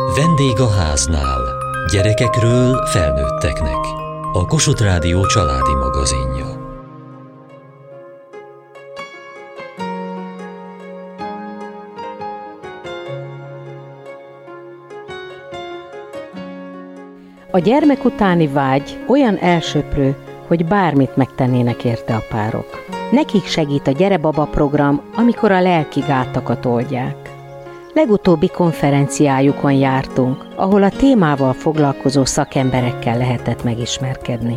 Vendég a háznál. Gyerekekről felnőtteknek. A Kossuth Rádió családi magazinja. A gyermek utáni vágy olyan elsöprő, hogy bármit megtennének érte a párok. Nekik segít a Gyere Baba program, amikor a lelki gátakat oldják. Legutóbbi konferenciájukon jártunk, ahol a témával foglalkozó szakemberekkel lehetett megismerkedni.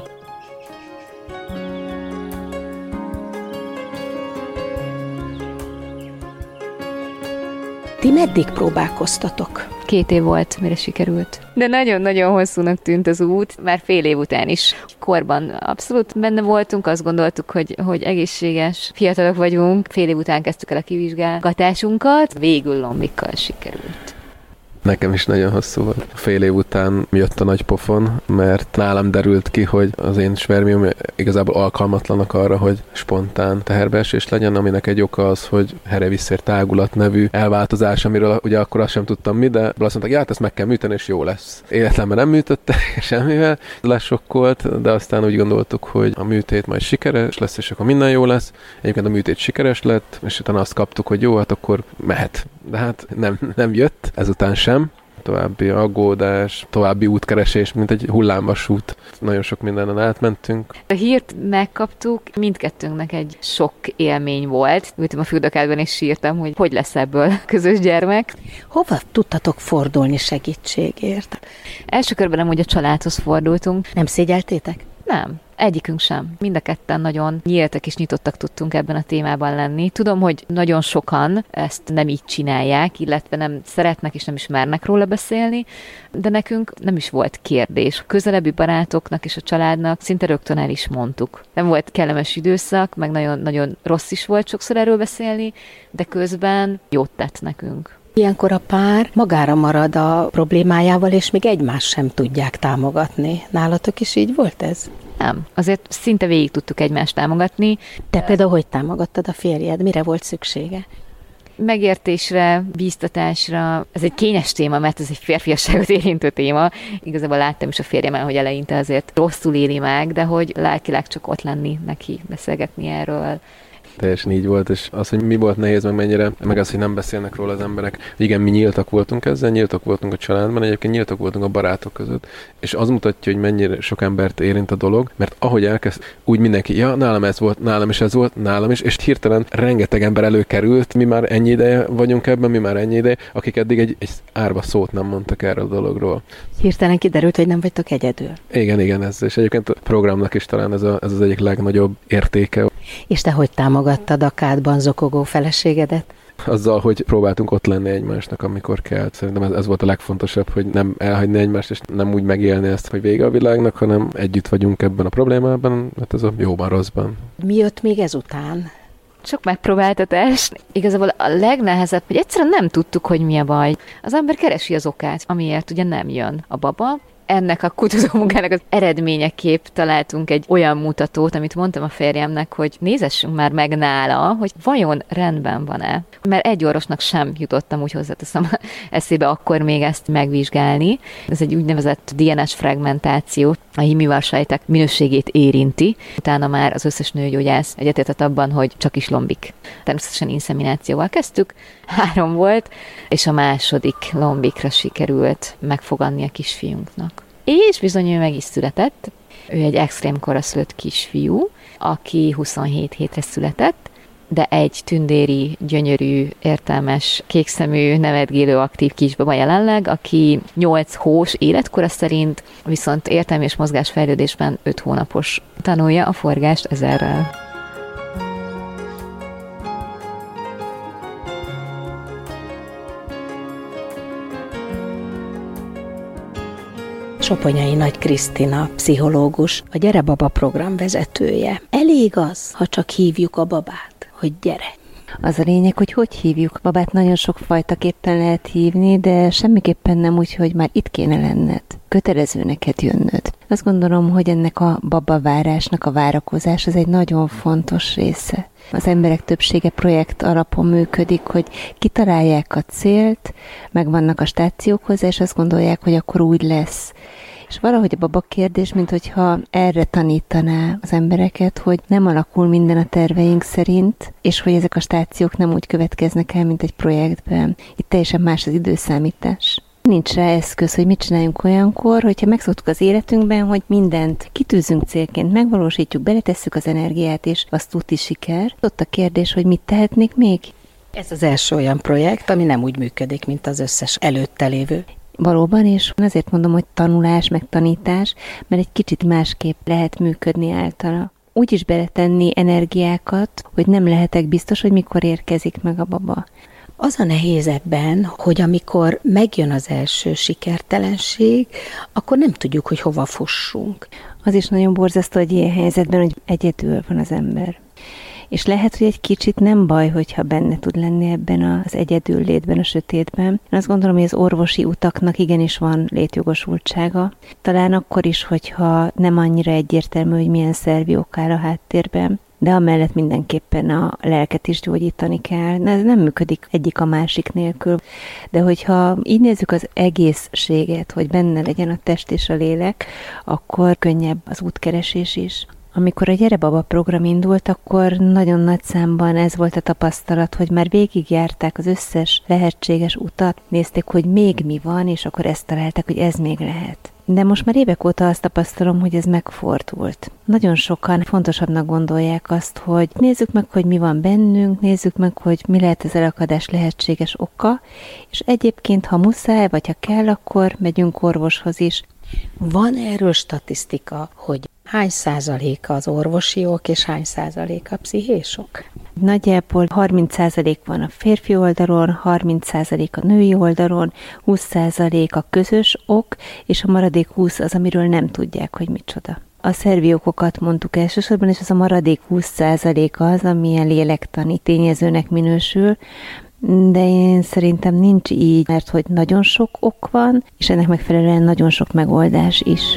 Ti meddig próbálkoztatok? 2 év volt, mire sikerült. De nagyon-nagyon hosszúnak tűnt az út, már fél év után is. Korban abszolút benne voltunk, azt gondoltuk, hogy egészséges fiatalok vagyunk. Fél év után kezdtük el a kivizsgálgatásunkat, végül lombikkal sikerült. Nekem is nagyon hosszú volt. Fél év után jött a nagy pofon, mert nálam derült ki, hogy az én spermium igazából alkalmatlanak arra, hogy spontán teherbeesés legyen, aminek egy oka az, hogy hereviszér tágulat nevű elváltozás, amiről ugye akkor azt sem tudtam mi, de azt mondták, hogy hát ezt meg kell műteni, és jó lesz. Életemben nem műtöttek semmivel, lesokkolt, de aztán úgy gondoltuk, hogy a műtét majd sikeres lesz, és akkor minden jó lesz. Egyébként a műtét sikeres lett, és utána azt kaptuk, hogy jó, hát akkor mehet. De hát nem jött, ezután sem. További aggódás, további útkeresés, mint egy hullámvasút. Nagyon sok mindenen átmentünk. A hírt megkaptuk, mindkettőnknek egy sok élmény volt. Ültem a fürdőkádban és sírtam, hogy lesz ebből közös gyermek. Hova tudtatok fordulni segítségért? Első körben amúgy a családhoz fordultunk. Nem szégyeltétek? Nem. Egyikünk sem. Mind a ketten nagyon nyíltak és nyitottak tudtunk ebben a témában lenni. Tudom, hogy nagyon sokan ezt nem így csinálják, illetve nem szeretnek és nem is mernek róla beszélni, de nekünk nem is volt kérdés. A közelebbi barátoknak és a családnak szinte rögtön el is mondtuk. Nem volt kellemes időszak, meg nagyon rossz is volt sokszor erről beszélni, de közben jót tett nekünk. Ilyenkor a pár magára marad a problémájával, és még egymást sem tudják támogatni. Nálatok is így volt ez? Nem. Azért szinte végig tudtuk egymást támogatni. Te például hogy támogattad a férjed? Mire volt szüksége? Megértésre, bíztatásra. Ez egy kényes téma, mert ez egy férfiasságot érintő téma. Igazából láttam is a férjemen, hogy eleinte azért rosszul éli meg, de hogy lelkileg csak ott lenni neki, beszélgetni erről. Teljesen így volt, és az, hogy mi volt nehéz, meg mennyire, meg az, hogy nem beszélnek róla az emberek. Igen, mi nyíltak voltunk ezzel, nyíltak voltunk a családban, egyébként nyíltak voltunk a barátok között, és az mutatja, hogy mennyire sok embert érint a dolog, mert ahogy elkezd, úgy mindenki, ja, nálam ez volt, nálam is ez volt, nálam is, és hirtelen rengeteg ember előkerült, mi már ennyi ideje vagyunk ebben, mi már ennyi ideje, akik eddig egy árva szót nem mondtak erről a dologról. Hirtelen kiderült, hogy nem vagytok egyedül. Igen, ez, és egyébként a programnak is talán ez az egyik legnagyobb értéke. És te hogy támogattad a kádban zokogó feleségedet? Azzal, hogy próbáltunk ott lenni egymásnak, amikor kell. Szerintem ez volt a legfontosabb, hogy nem elhagyni egymást, és nem úgy megélni ezt, hogy vége a világnak, hanem együtt vagyunk ebben a problémában, hát ez a jóban, rosszban. Mi jött még ezután? Sok megpróbáltatás. Igazából a legnehezebb, hogy egyszerűen nem tudtuk, hogy mi a baj. Az ember keresi az okát, amiért ugye nem jön a baba. Ennek a kutatómunkának az eredményeképp találtunk egy olyan mutatót, amit mondtam a férjemnek, hogy nézessünk már meg nála, hogy vajon rendben van-e. Mert egy orvosnak sem jutottam, úgy hozzáteszem eszébe akkor még ezt megvizsgálni. Ez egy úgynevezett DNS fragmentáció, a hímivarsejtek minőségét érinti. Utána már az összes nőgyógyász egyetértett abban, hogy csak is lombik. Természetesen inszeminációval kezdtük, 3 volt, és a második lombikra sikerült megfogadni a kisfiunknak. És bizony ő meg is született. Ő egy extrém koraszülött kisfiú, aki 27 hétre született, de egy tündéri, gyönyörű, értelmes, kékszemű, nevetgélő, aktív kisbaba jelenleg, aki 8 hós életkora szerint, viszont értelmi és mozgásfejlődésben 5 hónapos. Tanulja a forgást 1000-rel. Soponyai Nagy Krisztina, pszichológus, a Gyere Baba program vezetője. Elég az, ha csak hívjuk a babát, hogy gyere. Az a lényeg, hogy hívjuk. Babát nagyon sok fajtaképpen lehet hívni, de semmiképpen nem úgy, hogy már itt kéne lenned. Kötelező neked jönnöd. Azt gondolom, hogy ennek a babavárásnak a várakozás az egy nagyon fontos része. Az emberek többsége projekt alapon működik, hogy kitalálják a célt, megvannak a stációk hozzá, és azt gondolják, hogy akkor úgy lesz. És valahogy a baba kérdés, mint hogyha erre tanítaná az embereket, hogy nem alakul minden a terveink szerint, és hogy ezek a stációk nem úgy következnek el, mint egy projektben. Itt teljesen más az időszámítás. Nincs rá eszköz, hogy mit csináljunk olyankor, hogyha megszoktuk az életünkben, hogy mindent kitűzünk célként, megvalósítjuk, beletesszük az energiát, és az tuti siker. Ott a kérdés, hogy mit tehetnék még? Ez az első olyan projekt, ami nem úgy működik, mint az összes előtte lévő. Valóban, és azért mondom, hogy tanulás, meg tanítás, mert egy kicsit másképp lehet működni általa. Úgy is beletenni energiákat, hogy nem lehetek biztos, hogy mikor érkezik meg a baba. Az a nehéz ebben, hogy amikor megjön az első sikertelenség, akkor nem tudjuk, hogy hova fussunk. Az is nagyon borzasztó egy ilyen helyzetben, hogy egyedül van az ember. És lehet, hogy egy kicsit nem baj, hogyha benne tud lenni ebben az egyedül létben, a sötétben. Én azt gondolom, hogy az orvosi utaknak igenis van létjogosultsága. Talán akkor is, hogyha nem annyira egyértelmű, hogy milyen szervi ok áll a háttérben, de amellett mindenképpen a lelket is gyógyítani kell. Ez nem működik egyik a másik nélkül. De hogyha így nézzük az egészséget, hogy benne legyen a test és a lélek, akkor könnyebb az útkeresés is. Amikor a Gyere Baba program indult, akkor nagyon nagy számban ez volt a tapasztalat, hogy már végigjárták az összes lehetséges utat, nézték, hogy még mi van, és akkor ezt találták, hogy ez még lehet. De most már évek óta azt tapasztalom, hogy ez megfordult. Nagyon sokan fontosabbnak gondolják azt, hogy nézzük meg, hogy mi van bennünk, nézzük meg, hogy mi lehet az elakadás lehetséges oka, és egyébként, ha muszáj, vagy ha kell, akkor megyünk orvoshoz is. Van erről statisztika, hogy hány százaléka az orvosi ok, és hány százaléka a pszichés ok? Nagyjából 30% van a férfi oldalon, 30% a női oldalon, 20% a közös ok, és a maradék 20 az, amiről nem tudják, hogy micsoda. A szervi okokat mondtuk elsősorban, és az a maradék 20% az, ami ilyen lélektani tényezőnek minősül, de én szerintem nincs így, mert hogy nagyon sok ok van, és ennek megfelelően nagyon sok megoldás is.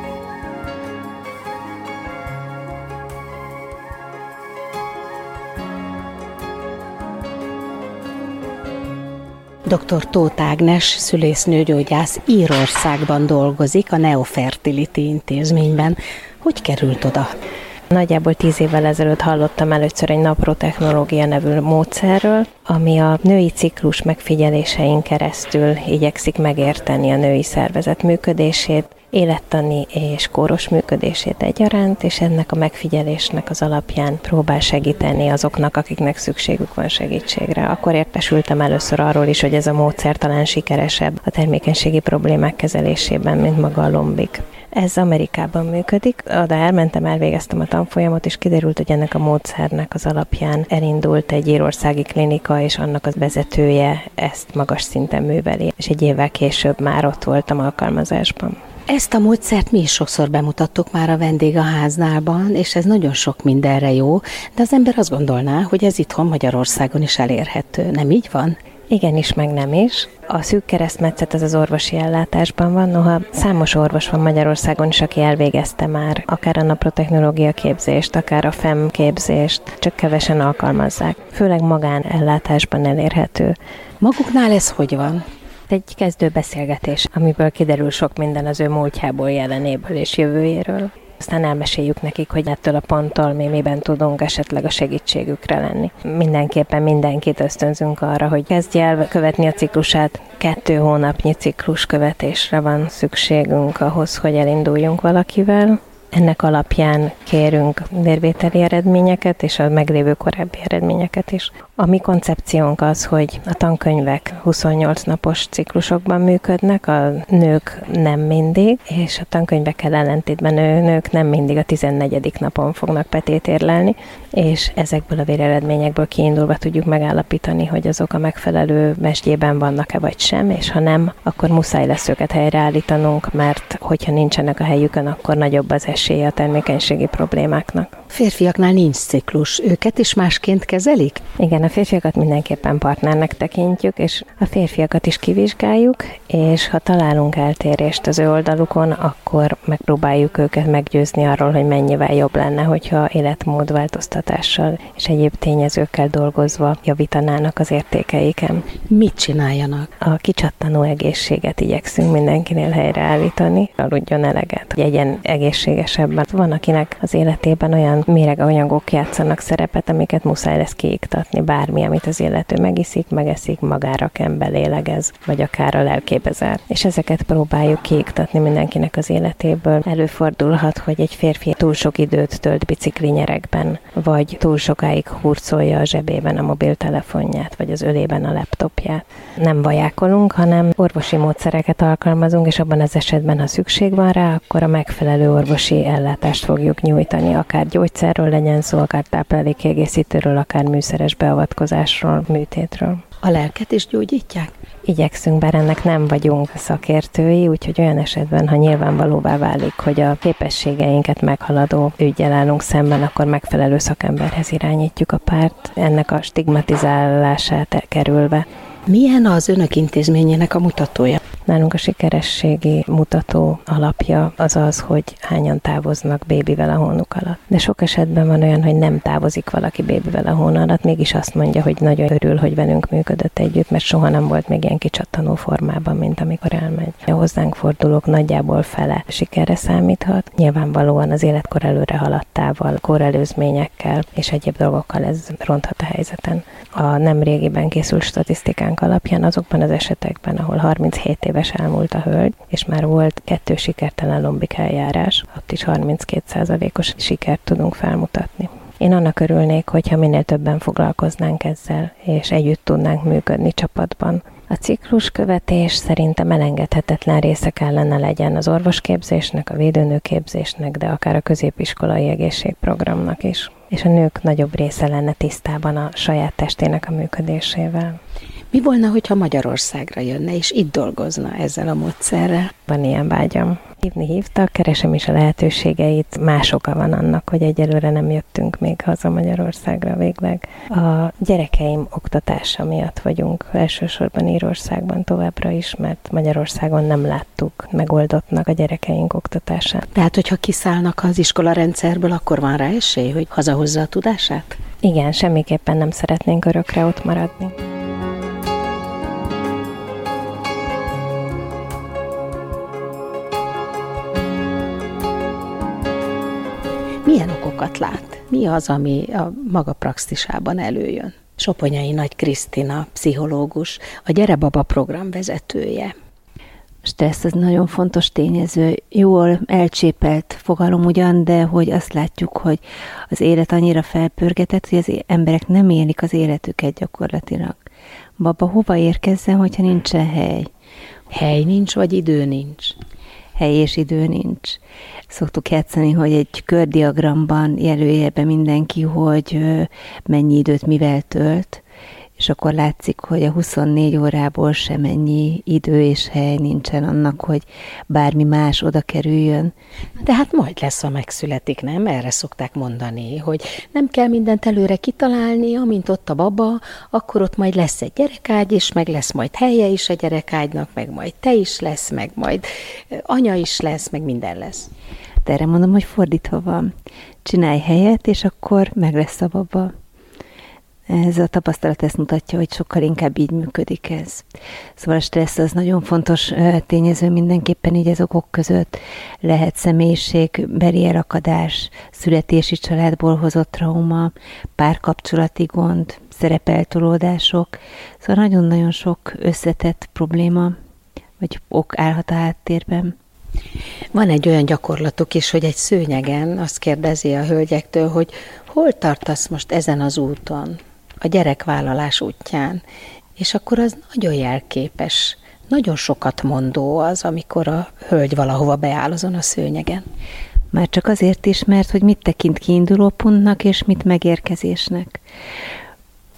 Dr. Tóth Ágnes, szülésznőgyógyász Írországban dolgozik, a Neofertility intézményben. Hogy került oda? Nagyjából 10 évvel ezelőtt hallottam először egy naprotechnológia nevű módszerről, ami a női ciklus megfigyelésein keresztül igyekszik megérteni a női szervezet működését, élettani és kóros működését egyaránt, és ennek a megfigyelésnek az alapján próbál segíteni azoknak, akiknek szükségük van segítségre. Akkor értesültem először arról is, hogy ez a módszer talán sikeresebb a termékenységi problémák kezelésében, mint maga a lombik. Ez Amerikában működik, oda elmentem, elvégeztem a tanfolyamot, és kiderült, hogy ennek a módszernek az alapján elindult egy írországi klinika, és annak az vezetője ezt magas szinten műveli, és egy évvel később már ott voltam alkalmazásban. Ezt a módszert mi is sokszor bemutattuk már a vendégháználban, és ez nagyon sok mindenre jó, de az ember azt gondolná, hogy ez itthon Magyarországon is elérhető. Nem így van? Igenis, meg nem is. A szűk keresztmetszet az orvosi ellátásban van, noha számos orvos van Magyarországon is, aki elvégezte már akár a naprotechnológia képzést, akár a FEM képzést, csak kevesen alkalmazzák. Főleg magánellátásban elérhető. Maguknál ez hogy van? Egy kezdőbeszélgetés, amiből kiderül sok minden az ő múltjából, jelenéből és jövőjéről. Aztán elmeséljük nekik, hogy ettől a ponttól mi miben tudunk esetleg a segítségükre lenni. Mindenképpen mindenkit ösztönzünk arra, hogy kezdje el követni a ciklusát. 2 hónapnyi ciklus követésre van szükségünk ahhoz, hogy elinduljunk valakivel. Ennek alapján kérünk vérvételi eredményeket és a meglévő korábbi eredményeket is. A mi koncepciónk az, hogy a tankönyvek 28 napos ciklusokban működnek, a nők nem mindig, és a tankönyvekkel ellentétben nők nem mindig a 14. napon fognak petét érlelni, és ezekből a véreredményekből kiindulva tudjuk megállapítani, hogy azok a megfelelő mesdjében vannak-e vagy sem, és ha nem, akkor muszáj lesz őket helyreállítanunk, mert hogyha nincsenek a helyükön, akkor nagyobb az esélye a termékenységi problémáknak. Férfiaknál nincs ciklus, őket is másként kezelik? Igen, a férfiakat mindenképpen partnernek tekintjük, és a férfiakat is kivizsgáljuk, és ha találunk eltérést az ő oldalukon, akkor megpróbáljuk őket meggyőzni arról, hogy mennyivel jobb lenne, hogyha életmódváltoztatással és egyéb tényezőkkel dolgozva javítanának az értékeiken. Mit csináljanak? A kicsattanó egészséget igyekszünk mindenkinél helyreállítani, aludjon eleget, hogy egyen egészségesebben. Van, akinek az életében olyan méreganyagok játszanak szerepet, amiket muszáj lesz kiiktatni. Bármi, amit az illető megiszik, megeszik, magára ken, belélegez, vagy akár a lelkébe zár. És ezeket próbáljuk kiiktatni mindenkinek az életéből. Előfordulhat, hogy egy férfi túl sok időt tölt biciklinyerekben, vagy túl sokáig hurcolja a zsebében a mobiltelefonját, vagy az ölében a laptopját. Nem vajákolunk, hanem orvosi módszereket alkalmazunk, és abban az esetben, ha szükség van rá, akkor a megfelelő orvosi ellátást fogjuk nyújtani, akár gyógyszerről legyen szó, akár táplálékkiegészítőről, akár műszeres beavatkozásról, műtétről. A lelket is gyógyítják? Igyekszünk, bár ennek nem vagyunk szakértői, úgyhogy olyan esetben, ha nyilvánvalóvá válik, hogy a képességeinket meghaladó üggyel állunk szemben, akkor megfelelő szakemberhez irányítjuk a párt, ennek a stigmatizálását elkerülve. Milyen az önök intézményének a mutatója? Nálunk a sikerességi mutató alapja az az, hogy hányan távoznak bébivel a hónuk alatt. De sok esetben van olyan, hogy nem távozik valaki bébivel a hón alatt, mégis azt mondja, hogy nagyon örül, hogy velünk működött együtt, mert soha nem volt még ilyen kicsattanó formában, mint amikor elmegy. A hozzánk fordulók nagyjából fele sikerre számíthat. Nyilvánvalóan az életkor előre haladtával, korelőzményekkel és egyéb dolgokkal ez ronthat a helyzeten. A nem régiben készült statisztikánk alapján azokban az esetekben, ahol 37 éves elmúlt a hölgy, és már volt 2 sikertelen lombik eljárás, ott is 32%-os sikert tudunk felmutatni. Én annak örülnék, hogyha minél többen foglalkoznánk ezzel, és együtt tudnánk működni csapatban. A cikluskövetés szerintem elengedhetetlen része kellene legyen az orvosképzésnek, a védőnőképzésnek, de akár a középiskolai egészségprogramnak is. És a nők nagyobb része lenne tisztában a saját testének a működésével. Mi volna, hogyha Magyarországra jönne, és itt dolgozna ezzel a módszerrel? Van ilyen vágyam. Hívtak, keresem is a lehetőségeit. Más oka van annak, hogy egyelőre nem jöttünk még haza Magyarországra végleg. A gyerekeim oktatása miatt vagyunk elsősorban Írországban továbbra is, mert Magyarországon nem láttuk megoldottnak a gyerekeink oktatását. Tehát, hogyha kiszállnak az iskolarendszerből, akkor van rá esély, hogy hazahozza a tudását? Igen, semmiképpen nem szeretnénk örökre ott maradni. Milyen okokat lát? Mi az, ami a maga praxisában előjön? Soponyai Nagy Krisztina, pszichológus, a Gyere Baba program vezetője. Stressz az nagyon fontos tényező. Jól elcsépelt fogalom ugyan, de hogy azt látjuk, hogy az élet annyira felpörgetett, hogy az emberek nem élik az életüket gyakorlatilag. Baba hova érkezzen, hogyha nincsen hely? Hely nincs, vagy idő nincs? Hely és idő nincs. Szoktuk játszani, hogy egy kördiagramban jelölje be mindenki, hogy mennyi időt mivel tölt, és akkor látszik, hogy a 24 órából semennyi idő és hely nincsen annak, hogy bármi más oda kerüljön. De hát majd lesz, ha megszületik, nem? Erre szokták mondani, hogy nem kell mindent előre kitalálni, amint ott a baba, akkor ott majd lesz egy gyerekágy, és meg lesz majd helye is a gyerekágynak, meg majd te is lesz, meg majd anya is lesz, meg minden lesz. De erre mondom, hogy fordítva van. Csinálj helyet, és akkor meg lesz a baba. Ez a tapasztalat ezt mutatja, hogy sokkal inkább így működik ez. Szóval a stressz az nagyon fontos tényező mindenképpen így az okok között. Lehet személyiségbeli elakadás, születési családból hozott trauma, párkapcsolati gond, szerepeltolódások. Szóval nagyon-nagyon sok összetett probléma, vagy ok állhat a háttérben. Van egy olyan gyakorlatuk is, hogy egy szőnyegen azt kérdezi a hölgyektől, hogy hol tartasz most ezen az úton, a gyerekvállalás útján, és akkor az nagyon jelképes, nagyon sokat mondó az, amikor a hölgy valahova beáll azon a szőnyegen. Már csak azért is, mert hogy mit tekint kiindulópontnak, és mit megérkezésnek.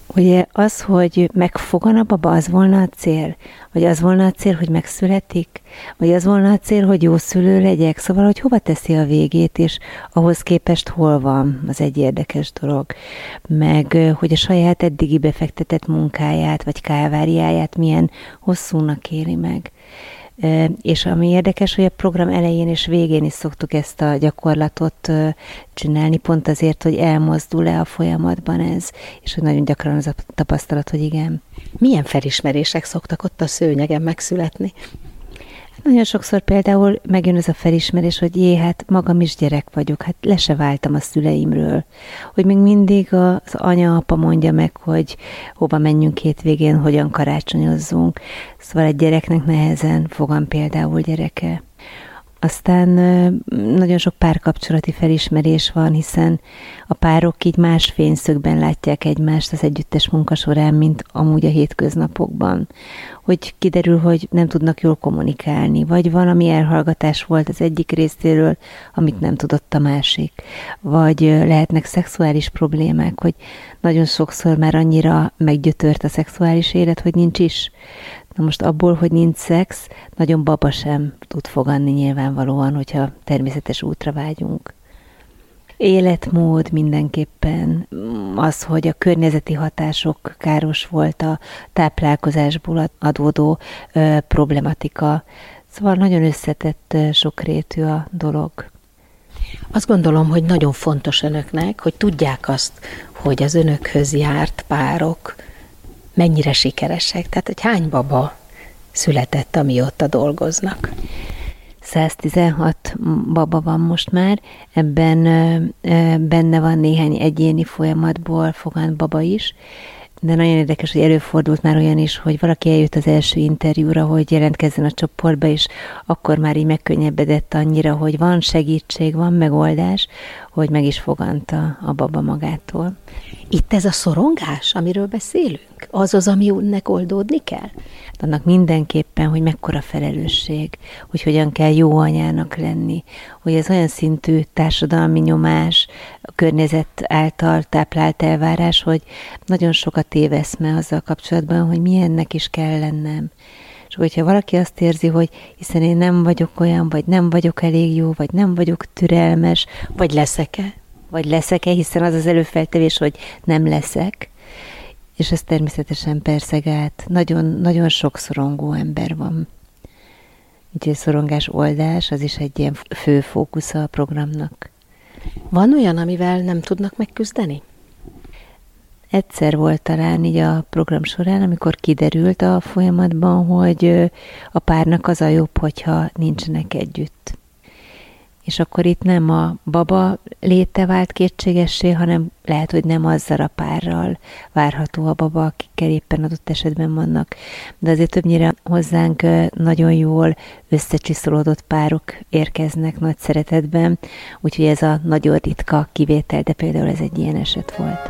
Ugye az, hogy megfogan a baba, az volna a cél? Vagy az volna a cél, hogy megszületik? Vagy az volna a cél, hogy jó szülő legyek? Szóval, hogy hova teszi a végét, és ahhoz képest hol van, az egy érdekes dolog. Meg, hogy a saját eddigi befektetett munkáját, vagy káváriáját milyen hosszúnak éli meg. És ami érdekes, hogy a program elején és végén is szoktuk ezt a gyakorlatot csinálni, pont azért, hogy elmozdul-e a folyamatban ez, és hogy nagyon gyakran az a tapasztalat, hogy igen. Milyen felismerések szoktak ott a szőnyegen megszületni? Nagyon sokszor például megjön ez a felismerés, hogy hát magam is gyerek vagyok, hát le se váltam a szüleimről. Hogy még mindig az anya-apa mondja meg, hogy hova menjünk hétvégén, hogyan karácsonyozzunk. Szóval egy gyereknek nehezen fogan például gyereke. Aztán nagyon sok párkapcsolati felismerés van, hiszen a párok így más fényszögben látják egymást az együttes munka során, mint amúgy a hétköznapokban. Hogy kiderül, hogy nem tudnak jól kommunikálni, vagy valami elhallgatás volt az egyik részéről, amit nem tudott a másik. Vagy lehetnek szexuális problémák, hogy nagyon sokszor már annyira meggyötört a szexuális élet, hogy nincs is. Na most abból, hogy nincs szex, nagyon baba sem tud foganni nyilvánvalóan, hogyha természetes útra vágyunk. Életmód mindenképpen, az, hogy a környezeti hatások káros volt, a táplálkozásból adódó problematika. Szóval nagyon összetett, sokrétű a dolog. Azt gondolom, hogy nagyon fontos önöknek, hogy tudják azt, hogy az önökhöz járt párok mennyire sikeresek, tehát hogy hány baba született, amióta dolgoznak. 116 baba van most már, ebben benne van néhány egyéni folyamatból fogant baba is, de nagyon érdekes, hogy előfordult már olyan is, hogy valaki eljött az első interjúra, hogy jelentkezzen a csoportba, és akkor már így megkönnyebbedett annyira, hogy van segítség, van megoldás, hogy meg is foganta a baba magától. Itt ez a szorongás, amiről beszélünk? Az, aminek oldódni kell? Annak mindenképpen, hogy mekkora felelősség, hogy hogyan kell jó anyának lenni, hogy ez olyan szintű társadalmi nyomás, a környezet által táplált elvárás, hogy nagyon sokat téveszme azzal kapcsolatban, hogy milyennek is kell lennem. És hogyha valaki azt érzi, hogy hiszen én nem vagyok olyan, vagy nem vagyok elég jó, vagy nem vagyok türelmes, vagy leszek-e, hiszen az az előfeltevés, hogy nem leszek, és ez természetesen perszegát. Nagyon, nagyon sok szorongó ember van. Úgyhogy a szorongás oldás, az is egy ilyen fő fókusza a programnak. Van olyan, amivel nem tudnak megküzdeni? Egyszer volt talán így a program során, amikor kiderült a folyamatban, hogy a párnak az a jobb, hogyha nincsenek együtt. És akkor itt nem a baba léte vált kétségessé, hanem lehet, hogy nem azzal a párral várható a baba, akikkel éppen adott esetben vannak. De azért többnyire hozzánk nagyon jól összecsiszolódott párok érkeznek nagy szeretetben, úgyhogy ez a nagyon ritka kivétel, de például ez egy ilyen eset volt.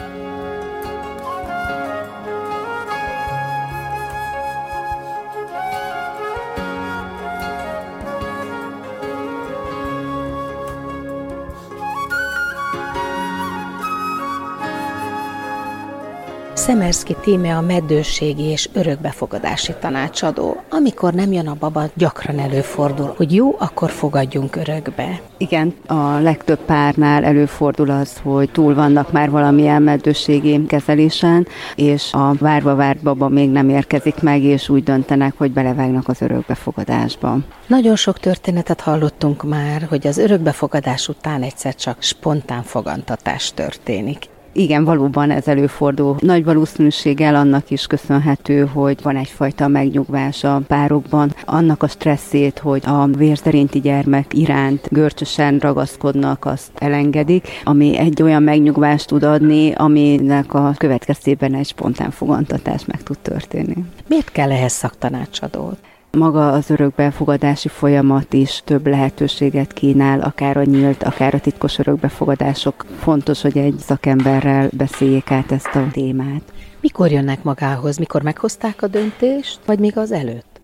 Szemerszky Tíme a meddőségi és örökbefogadási tanácsadó. Amikor nem jön a baba, gyakran előfordul, hogy jó, akkor fogadjunk örökbe. Igen, a legtöbb párnál előfordul az, hogy túl vannak már valamilyen meddőségi kezelésen, és a várva várt baba még nem érkezik meg, és úgy döntenek, hogy belevágnak az örökbefogadásba. Nagyon sok történetet hallottunk már, hogy az örökbefogadás után egyszer csak spontán fogantatás történik. Igen, valóban ez előfordul. Nagy valószínűséggel annak is köszönhető, hogy van egyfajta megnyugvás a párokban. Annak a stresszét, hogy a vérszerinti gyermek iránt görcsösen ragaszkodnak, azt elengedik, ami egy olyan megnyugvást tud adni, aminek a következtében egy spontán fogantatás meg tud történni. Miért kell ehhez szaktanácsadó? Maga az örökbefogadási folyamat is több lehetőséget kínál, akár a nyílt, akár a titkos örökbefogadások. Fontos, hogy egy szakemberrel beszéljék át ezt a témát. Mikor jönnek magához? Mikor meghozták a döntést, vagy még az előtt?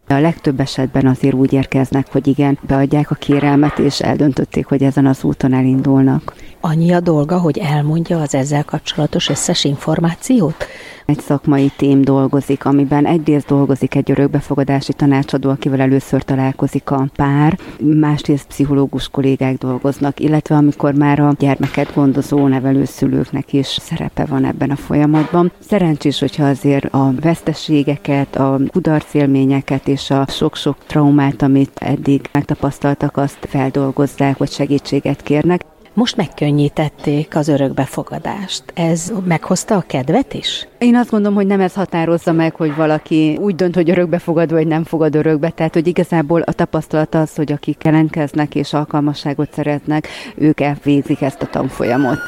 A legtöbb esetben azért úgy érkeznek, hogy igen, beadják a kérelmet, és eldöntötték, hogy ezen az úton elindulnak. Annyi a dolga, hogy elmondja az ezzel kapcsolatos összes információt? Egy szakmai tím dolgozik, amiben egyrészt dolgozik egy örökbefogadási tanácsadó, akivel először találkozik a pár, másrészt pszichológus kollégák dolgoznak, illetve amikor már a gyermeket gondozó nevelőszülőknek is szerepe van ebben a folyamatban. Szerencsés, hogyha azért a veszteségeket, a kudarcélményeket és a sok-sok traumát, amit eddig megtapasztaltak, azt feldolgozzák, vagy segítséget kérnek. Most megkönnyítették az örökbefogadást. Ez meghozta a kedvet is? Én azt gondolom, hogy nem ez határozza meg, hogy valaki úgy dönt, hogy örökbefogad, vagy nem fogad örökbe. Tehát, hogy igazából a tapasztalat az, hogy akik jelentkeznek és alkalmasságot szereznek, ők elvégzik ezt a tanfolyamot.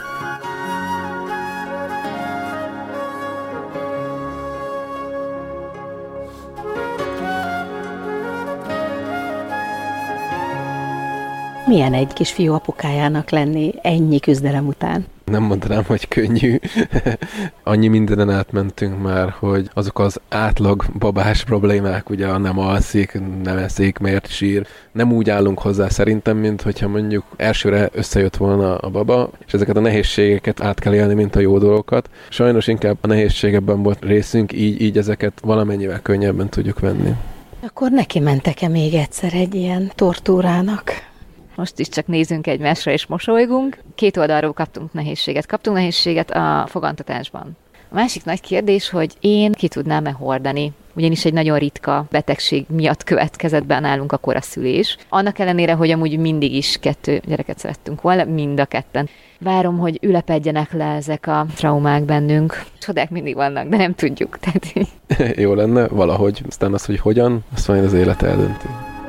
Milyen egy kisfiú apukájának lenni ennyi küzdelem után? Nem mondanám, hogy könnyű. Annyi mindenen átmentünk már, hogy azok az átlag babás problémák, ugye nem alszik, nem eszik, miért sír. Nem úgy állunk hozzá szerintem, mint hogyha mondjuk elsőre összejött volna a baba, és ezeket a nehézségeket át kell élni, mint a jó dolgokat. Sajnos inkább a nehézségekben volt részünk, így ezeket valamennyivel könnyebben tudjuk venni. Akkor neki mentek-e még egyszer egy ilyen tortúrának? Most is csak nézünk egymásra és mosolygunk. Két oldalról kaptunk nehézséget. Kaptunk nehézséget a fogantatásban. A másik nagy kérdés, hogy én ki tudnám-e hordani, ugyanis egy nagyon ritka betegség miatt következett be nálunk a koraszülés. Annak ellenére, hogy amúgy mindig is 2 gyereket szerettünk volna, mind a ketten. Várom, hogy ülepedjenek le ezek a traumák bennünk. Csodák mindig vannak, de nem tudjuk. Tehát... Jó lenne valahogy, aztán az, hogy hogyan, azt majd az élet eldönti.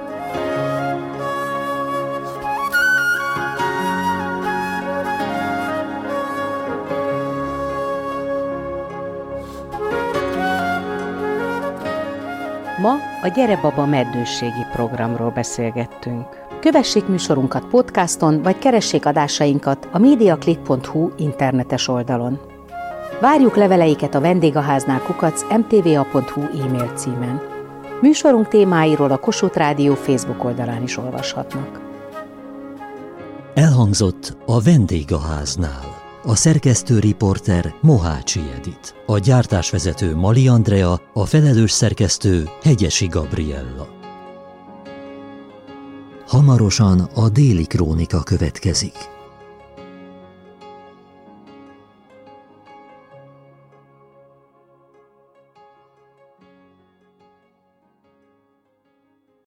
Ma a Gyere Baba meddősségi programról beszélgettünk. Kövessék műsorunkat podcaston, vagy keressék adásainkat a mediaclick.hu internetes oldalon. Várjuk leveleiket a vendégháznál @mtva.hu e-mail címen. Műsorunk témáiról a Kossuth Rádió Facebook oldalán is olvashatnak. Elhangzott a vendégháznál. A szerkesztő riporter Mohácsi Edit, a gyártásvezető Mali Andrea, a felelős szerkesztő Hegyesi Gabriella. Hamarosan a Déli Krónika következik.